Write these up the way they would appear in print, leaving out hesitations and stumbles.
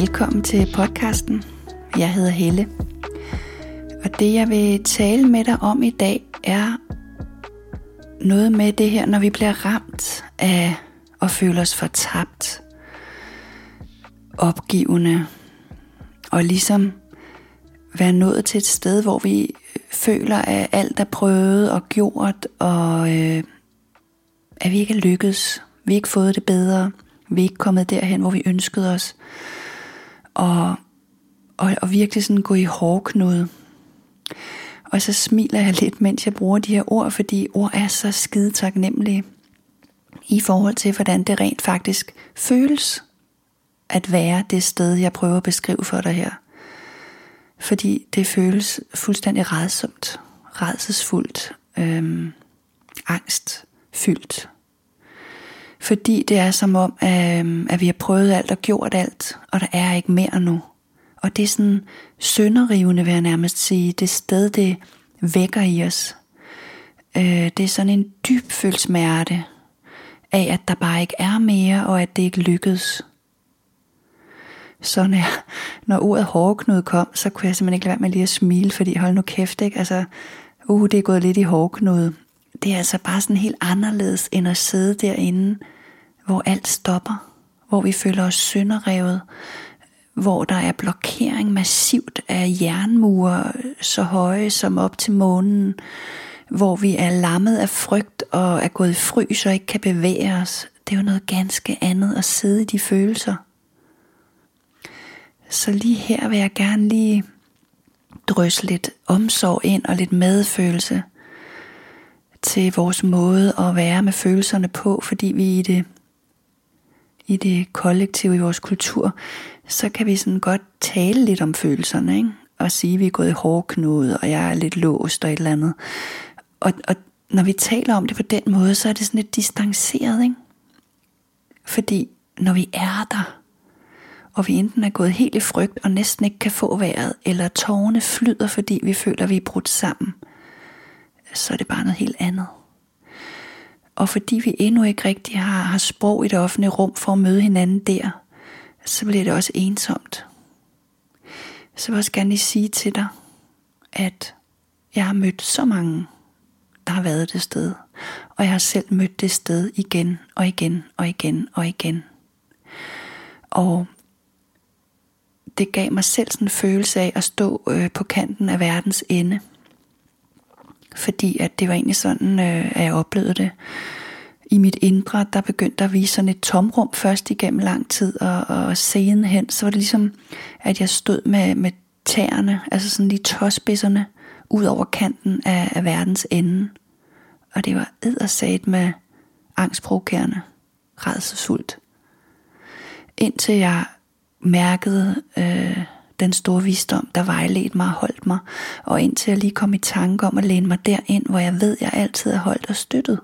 Velkommen til podcasten. Jeg hedder Helle. Og det jeg vil tale med dig om i dag er noget med det her, når vi bliver ramt af at føle os fortabt, opgivende og ligesom være nået til et sted, hvor vi føler, at alt er prøvet og gjort, og at vi ikke er lykkedes. Vi har ikke fået det bedre. Vi er ikke kommet derhen, hvor vi ønskede os. Og virkelig sådan gå i hårdknude. Og så smiler jeg lidt, mens jeg bruger de her ord, fordi ord er så skide taknemmelige i forhold til, hvordan det rent faktisk føles at være det sted, jeg prøver at beskrive for dig her. Fordi det føles fuldstændig rædsomt, rædselsfuldt, angstfyldt. Fordi det er som om, at vi har prøvet alt og gjort alt, og der er ikke mere nu. Og det er sådan sønderrivende, vil jeg nærmest sige. Det sted, det vækker i os. Det er sådan en dybfølt smerte af, at der bare ikke er mere, og at det ikke lykkedes. Så når ordet hårdknude kom, så kunne jeg simpelthen ikke lade være med lige at smile, fordi hold nu kæft, ikke? Altså, det er gået lidt i hårdknude. Det er altså bare sådan helt anderledes, end at sidde derinde, hvor alt stopper, hvor vi føler os sønderrevet, hvor der er blokering massivt af jernmure, så høje som op til månen, hvor vi er lammet af frygt og er gået i frys og ikke kan bevæge os. Det er jo noget ganske andet at sidde i de følelser. Så lige her vil jeg gerne lige drysse lidt omsorg ind og lidt medfølelse til vores måde at være med følelserne på, fordi vi i det kollektive, i vores kultur, så kan vi sådan godt tale lidt om følelserne, ikke? Og sige, at vi er gået i hårdknude, og jeg er lidt låst og et eller andet. Og når vi taler om det på den måde, så er det sådan lidt distanceret, ikke? Fordi når vi er der, og vi enten er gået helt i frygt og næsten ikke kan få vejret, eller tårerne flyder, fordi vi føler, at vi er brudt sammen, så er det bare noget helt andet. Og fordi vi endnu ikke rigtig har sprog i det offentlige rum for at møde hinanden der, så bliver det også ensomt. Så vil jeg også gerne lige sige til dig, at jeg har mødt så mange, der har været det sted. Og jeg har selv mødt det sted igen og igen og igen og igen. Og det gav mig selv sådan en følelse af at stå på kanten af verdens ende. Fordi at det var egentlig sådan, at jeg oplevede det. I mit indre, der begyndte at vise sådan et tomrum først igennem lang tid, og senere så var det ligesom, at jeg stod med tæerne, altså sådan lige tåspidserne, ud over kanten af verdens ende. Og det var eddersat med angstprovokerende, rædselsfuldt. Indtil jeg mærkede den store visdom, der vejledte mig og holdt mig, og indtil jeg lige kom i tanke om at læne mig derind, hvor jeg ved, jeg altid har holdt og støttet.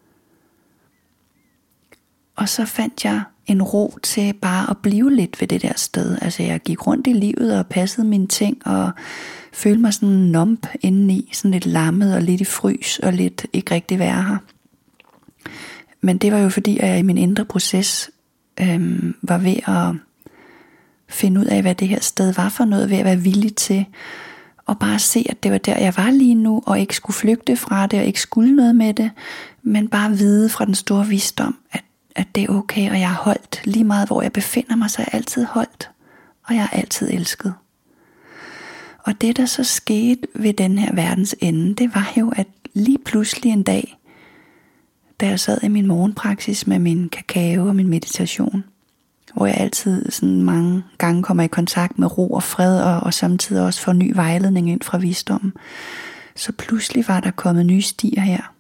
Og så fandt jeg en ro til bare at blive lidt ved det der sted. Altså jeg gik rundt i livet og passede mine ting, og følte mig sådan numb indeni, sådan lidt lammet og lidt i frys, og lidt ikke rigtig være her. Men det var jo fordi, at jeg i min indre proces var ved at finde ud af, hvad det her sted var for noget, ved at være villig til og bare se, at det var der, jeg var lige nu, og ikke skulle flygte fra det, og ikke skulle noget med det, men bare vide fra den store visdom, at det er okay, og jeg har holdt lige meget, hvor jeg befinder mig, så er jeg altid holdt, og jeg er altid elsket. Og det, der så skete ved den her verdens ende, det var jo, at lige pludselig en dag, da jeg sad i min morgenpraksis med min kakao og min meditation, hvor jeg altid sådan mange gange kommer i kontakt med ro og fred, og samtidig også får ny vejledning ind fra visdommen, så pludselig var der kommet nye stier her.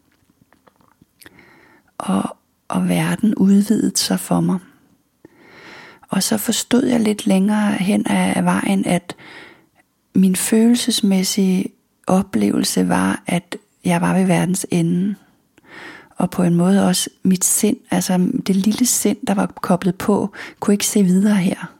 Og verden udvidede sig for mig. Og så forstod jeg lidt længere hen af vejen, at min følelsesmæssige oplevelse var, at jeg var ved verdens ende. Og på en måde også mit sind, altså det lille sind, der var koblet på, kunne ikke se videre her.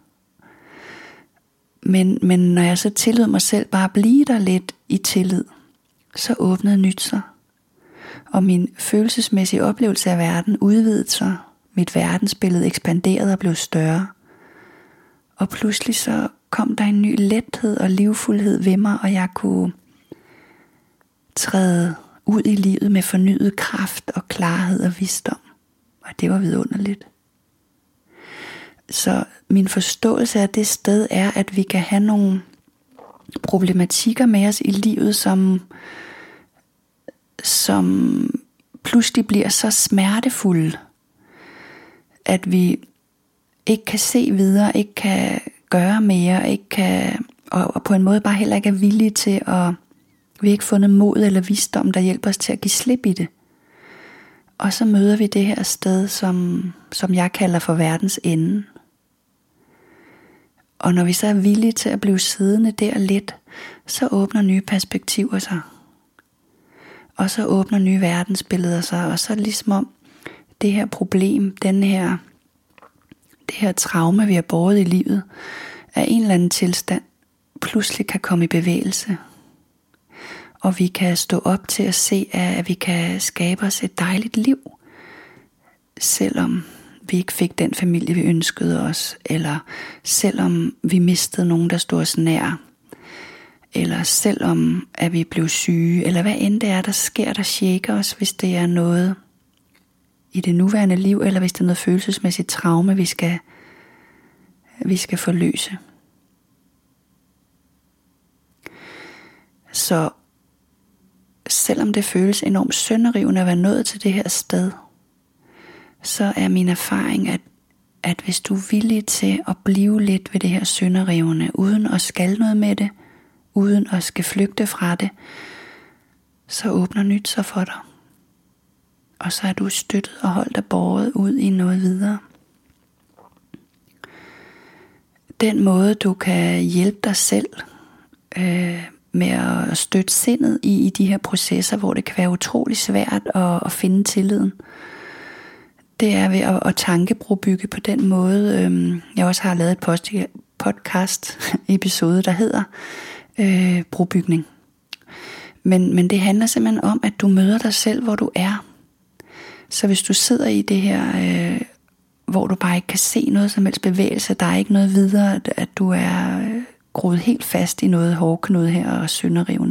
Men når jeg så tillod mig selv bare at blive der lidt i tillid, så åbnede nyt sig. Og min følelsesmæssige oplevelse af verden udvidede sig. Mit verdensbillede ekspanderede og blev større. Og pludselig så kom der en ny lethed og livfuldhed ved mig, og jeg kunne træde ud i livet med fornyet kraft og klarhed og visdom. Og det var vidunderligt. Så min forståelse af det sted er, at vi kan have nogle problematikker med os i livet, som pludselig bliver så smertefulde, at vi ikke kan se videre, ikke kan gøre mere, ikke kan, og på en måde bare heller ikke er villige til at, vi har ikke fundet mod eller visdom, der hjælper os til at give slip i det. Og så møder vi det her sted, som jeg kalder for verdens ende. Og når vi så er villige til at blive siddende der lidt, så åbner nye perspektiver sig. Og så åbner nye verdensbilleder sig, og så er det ligesom om det her problem, det her traume, vi har båret i livet, af en eller anden tilstand, pludselig kan komme i bevægelse. Og vi kan stå op til at se, at vi kan skabe os et dejligt liv, selvom vi ikke fik den familie, vi ønskede os, eller selvom vi mistede nogen, der stod os nær, eller selvom at vi blev syge, eller hvad end det er, der sker, der shaker os, hvis det er noget i det nuværende liv, eller hvis det er noget følelsesmæssigt traume, vi skal forløse. Så selvom det føles enormt sønderrivende at være nået til det her sted, så er min erfaring, at hvis du er villig til at blive lidt ved det her sønderrivende, uden at skal noget med det, uden at skal flygte fra det, så åbner nyt sig for dig. Og så er du støttet og holdt dig båret ud i noget videre. Den måde du kan hjælpe dig selv med at støtte sindet i de her processer, hvor det kan være utrolig svært at finde tilliden, det er ved at tankebrobygge på den måde. Jeg også har lavet et podcast episode, der hedder brobygning. Men det handler simpelthen om, at du møder dig selv, hvor du er. Så hvis du sidder i det her, hvor du bare ikke kan se noget som helst bevægelse, der er ikke noget videre, at du er groet helt fast i noget hårdknud her og sønderrivende,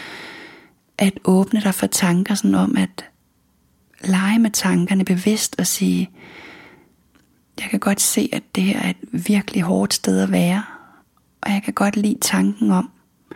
at åbne dig for tanker sådan om, at lege med tankerne bevidst og sige, jeg kan godt se, at det her er et virkelig hårdt sted at være, og jeg kan godt lide tanken om,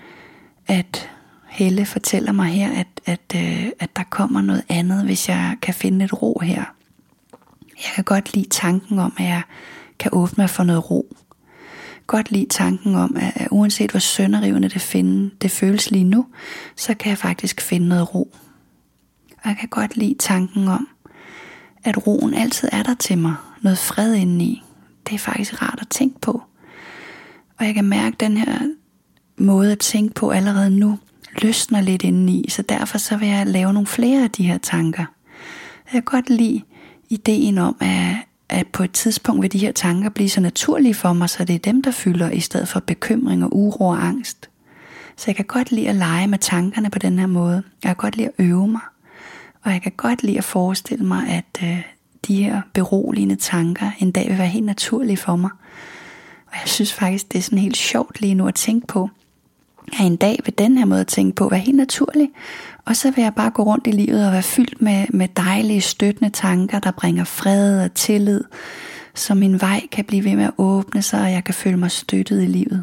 at Helle fortæller mig her, at der kommer noget andet, hvis jeg kan finde et ro her. Jeg kan godt lide tanken om, at jeg kan åbne mig for noget ro. Godt lide tanken om, at uanset hvor sønderrivende det føles lige nu, så kan jeg faktisk finde noget ro. Og jeg kan godt lide tanken om, at roen altid er der til mig. Noget fred indeni. Det er faktisk rart at tænke på. Og jeg kan mærke den her måde at tænke på allerede nu løsner lidt indeni. Så derfor så vil jeg lave nogle flere af de her tanker. Jeg kan godt lide ideen om, at på et tidspunkt vil de her tanker blive så naturlige for mig, så det er dem, der fylder, i stedet for bekymring og uro og angst. Så jeg kan godt lide at lege med tankerne på den her måde. Jeg kan godt lide at øve mig. Og jeg kan godt lide at forestille mig, at de her beroligende tanker en dag vil være helt naturlige for mig. Og jeg synes faktisk, det er sådan helt sjovt lige nu at tænke på, at en dag vil den her måde at tænke på være helt naturlig. Og så vil jeg bare gå rundt i livet og være fyldt med dejlige, støttende tanker, der bringer fred og tillid, så min vej kan blive ved med at åbne sig, og jeg kan føle mig støttet i livet.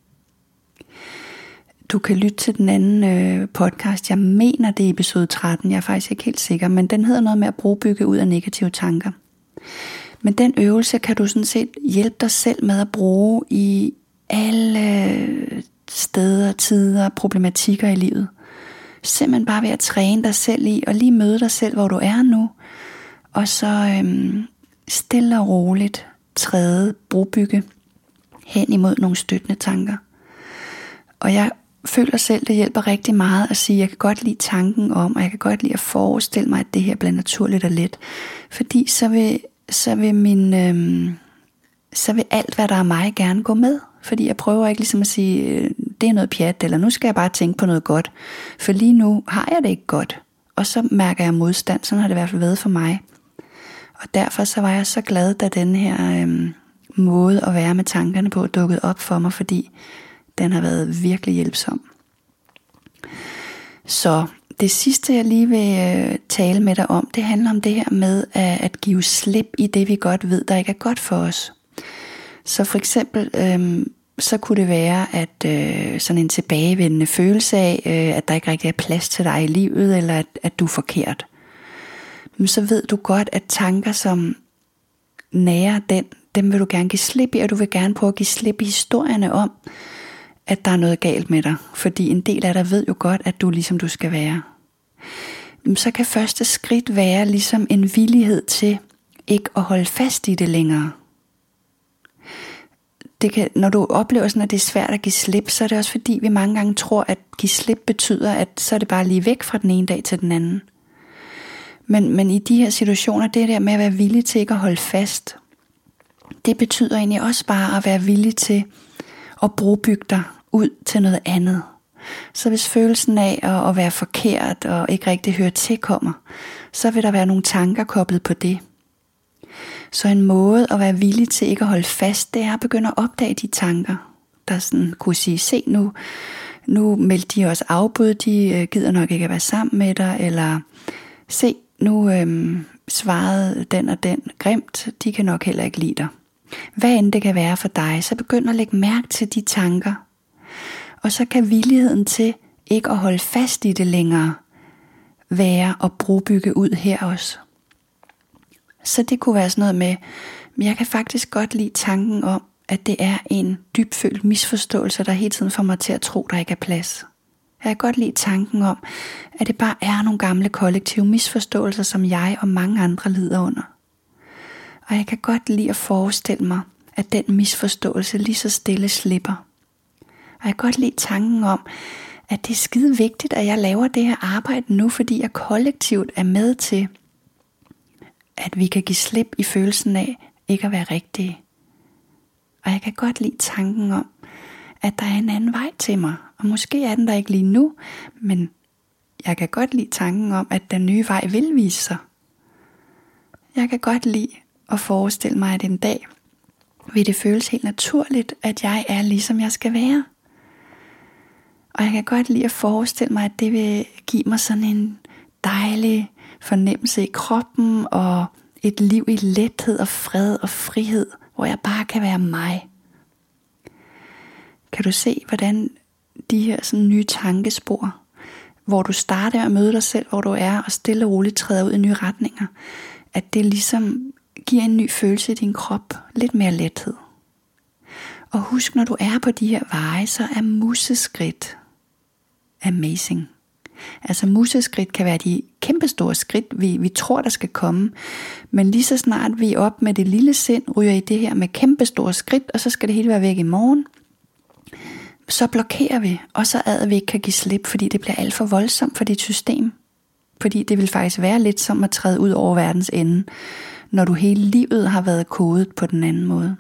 Du kan lytte til den anden podcast. Jeg mener, det er episode 13. Jeg er faktisk ikke helt sikker, men den hedder noget med at brobygge ud af negative tanker. Men den øvelse kan du sådan set hjælpe dig selv med at bruge i alle steder, tider, problematikker i livet. Simpelthen bare ved at træne dig selv i, og lige møde dig selv, hvor du er nu. Og så stille og roligt træde, brobygge hen imod nogle støttende tanker. Og jeg føler selv, det hjælper rigtig meget at sige, at jeg kan godt lide tanken om, og jeg kan godt lide at forestille mig, at det her bliver naturligt og let. Fordi så vil alt, hvad der er mig, gerne gå med. Fordi jeg prøver ikke ligesom at sige, det er noget pjat, eller nu skal jeg bare tænke på noget godt. For lige nu har jeg det ikke godt. Og så mærker jeg modstand, sådan har det i hvert fald været for mig. Og derfor så var jeg så glad, da den her måde at være med tankerne på dukket op for mig, fordi den har været virkelig hjælpsom. Så det sidste jeg lige vil tale med dig om, det handler om det her med at give slip i det vi godt ved, der ikke er godt for os. Så for eksempel så kunne det være at sådan en tilbagevendende følelse af at der ikke rigtig er plads til dig i livet, eller at du er forkert. Men så ved du godt, at tanker som nærer dem vil du gerne give slip i, og du vil gerne prøve at give slip i historierne om at der er noget galt med dig, fordi en del af dig ved jo godt, at du er ligesom du skal være. Så kan første skridt være ligesom en villighed til ikke at holde fast i det længere. Når du oplever sådan, at det er svært at give slip, så er det også fordi, vi mange gange tror, at give slip betyder, at så er det bare lige væk fra den ene dag til den anden. Men i de her situationer, det der med at være villig til ikke at holde fast, det betyder egentlig også bare at være villig til at brobygge dig ud til noget andet. Så hvis følelsen af at være forkert og ikke rigtig høre til kommer, så vil der være nogle tanker koblet på det. Så en måde at være villig til ikke at holde fast, det er at begynde at opdage de tanker, der sådan kunne sige, se nu meldte de også afbud, de gider nok ikke at være sammen med dig, eller se nu svarede den og den grimt, de kan nok heller ikke lide dig. Hvad end det kan være for dig, så begynd at lægge mærke til de tanker. Og så kan villigheden til ikke at holde fast i det længere være at brobygge ud her også. Så det kunne være sådan noget med, men jeg kan faktisk godt lide tanken om, at det er en dybfølt misforståelse, der hele tiden får mig til at tro, der ikke er plads. Jeg kan godt lide tanken om, at det bare er nogle gamle kollektive misforståelser, som jeg og mange andre lider under. Og jeg kan godt lide at forestille mig, at den misforståelse lige så stille slipper. Og jeg kan godt lide tanken om, at det er skide vigtigt, at jeg laver det her arbejde nu, fordi jeg kollektivt er med til, at vi kan give slip i følelsen af ikke at være rigtige. Og jeg kan godt lide tanken om, at der er en anden vej til mig. Og måske er den der ikke lige nu, men jeg kan godt lide tanken om, at den nye vej vil vise sig. Jeg kan godt lide at forestille mig, at en dag vil det føles helt naturligt, at jeg er ligesom jeg skal være. Og jeg kan godt lide at forestille mig, at det vil give mig sådan en dejlig fornemmelse i kroppen, og et liv i lethed og fred og frihed, hvor jeg bare kan være mig. Kan du se, hvordan de her sådan nye tankespor, hvor du starter at møde dig selv, hvor du er, og stille og roligt træder ud i nye retninger, at det ligesom giver en ny følelse i din krop, lidt mere lethed. Og husk, når du er på de her veje, så er museskridt amazing. Altså museskridt kan være de kæmpestore skridt, vi tror, der skal komme. Men lige så snart vi er op med det lille sind, ryger i det her med kæmpestore skridt, og så skal det hele være væk i morgen, så blokerer vi, og så vi ikke kan give slip, fordi det bliver alt for voldsomt for dit system. Fordi det vil faktisk være lidt som at træde ud over verdens ende, når du hele livet har været kodet på den anden måde.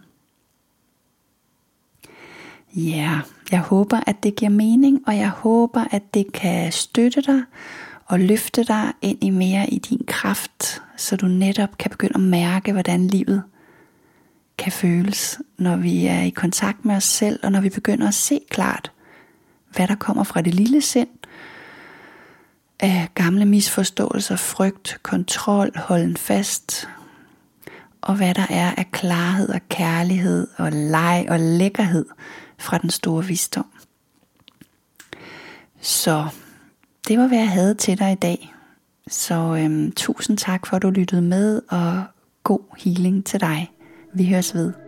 Ja, jeg håber, at det giver mening, og jeg håber, at det kan støtte dig og løfte dig ind i mere i din kraft, så du netop kan begynde at mærke, hvordan livet kan føles, når vi er i kontakt med os selv, og når vi begynder at se klart, hvad der kommer fra det lille sind, af gamle misforståelser, frygt, kontrol, holden fast, og hvad der er af klarhed og kærlighed og leg og lækkerhed fra den store visdom. Så det var hvad jeg havde til dig i dag. Så tusind tak for at du lyttede med, og god healing til dig. Vi høres ved.